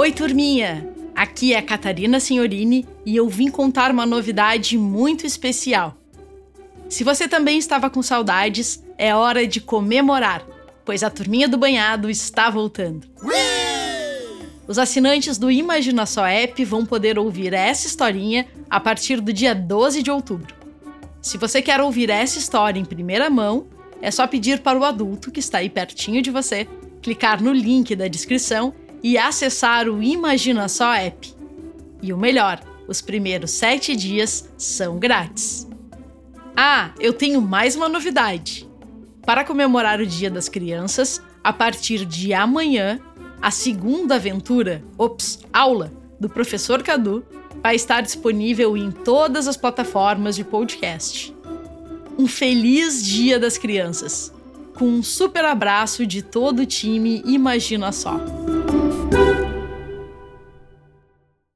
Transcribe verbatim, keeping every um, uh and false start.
Oi, turminha! Aqui é a Catarina Signorini e eu vim contar uma novidade muito especial. Se você também estava com saudades, é hora de comemorar, pois a Turminha do Banhado está voltando. Os assinantes do Imagina Só App vão poder ouvir essa historinha a partir do dia doze de outubro. Se você quer ouvir essa história em primeira mão, é só pedir para o adulto que está aí pertinho de você, clicar no link da descrição e acessar o Imagina Só App. E o melhor, os primeiros sete dias são grátis. Ah, eu tenho mais uma novidade. Para comemorar o Dia das Crianças, a partir de amanhã, a segunda aventura, ops, aula, do Professor Cadu, vai estar disponível em todas as plataformas de podcast. Um feliz Dia das Crianças, com um super abraço de todo o time Imagina Só.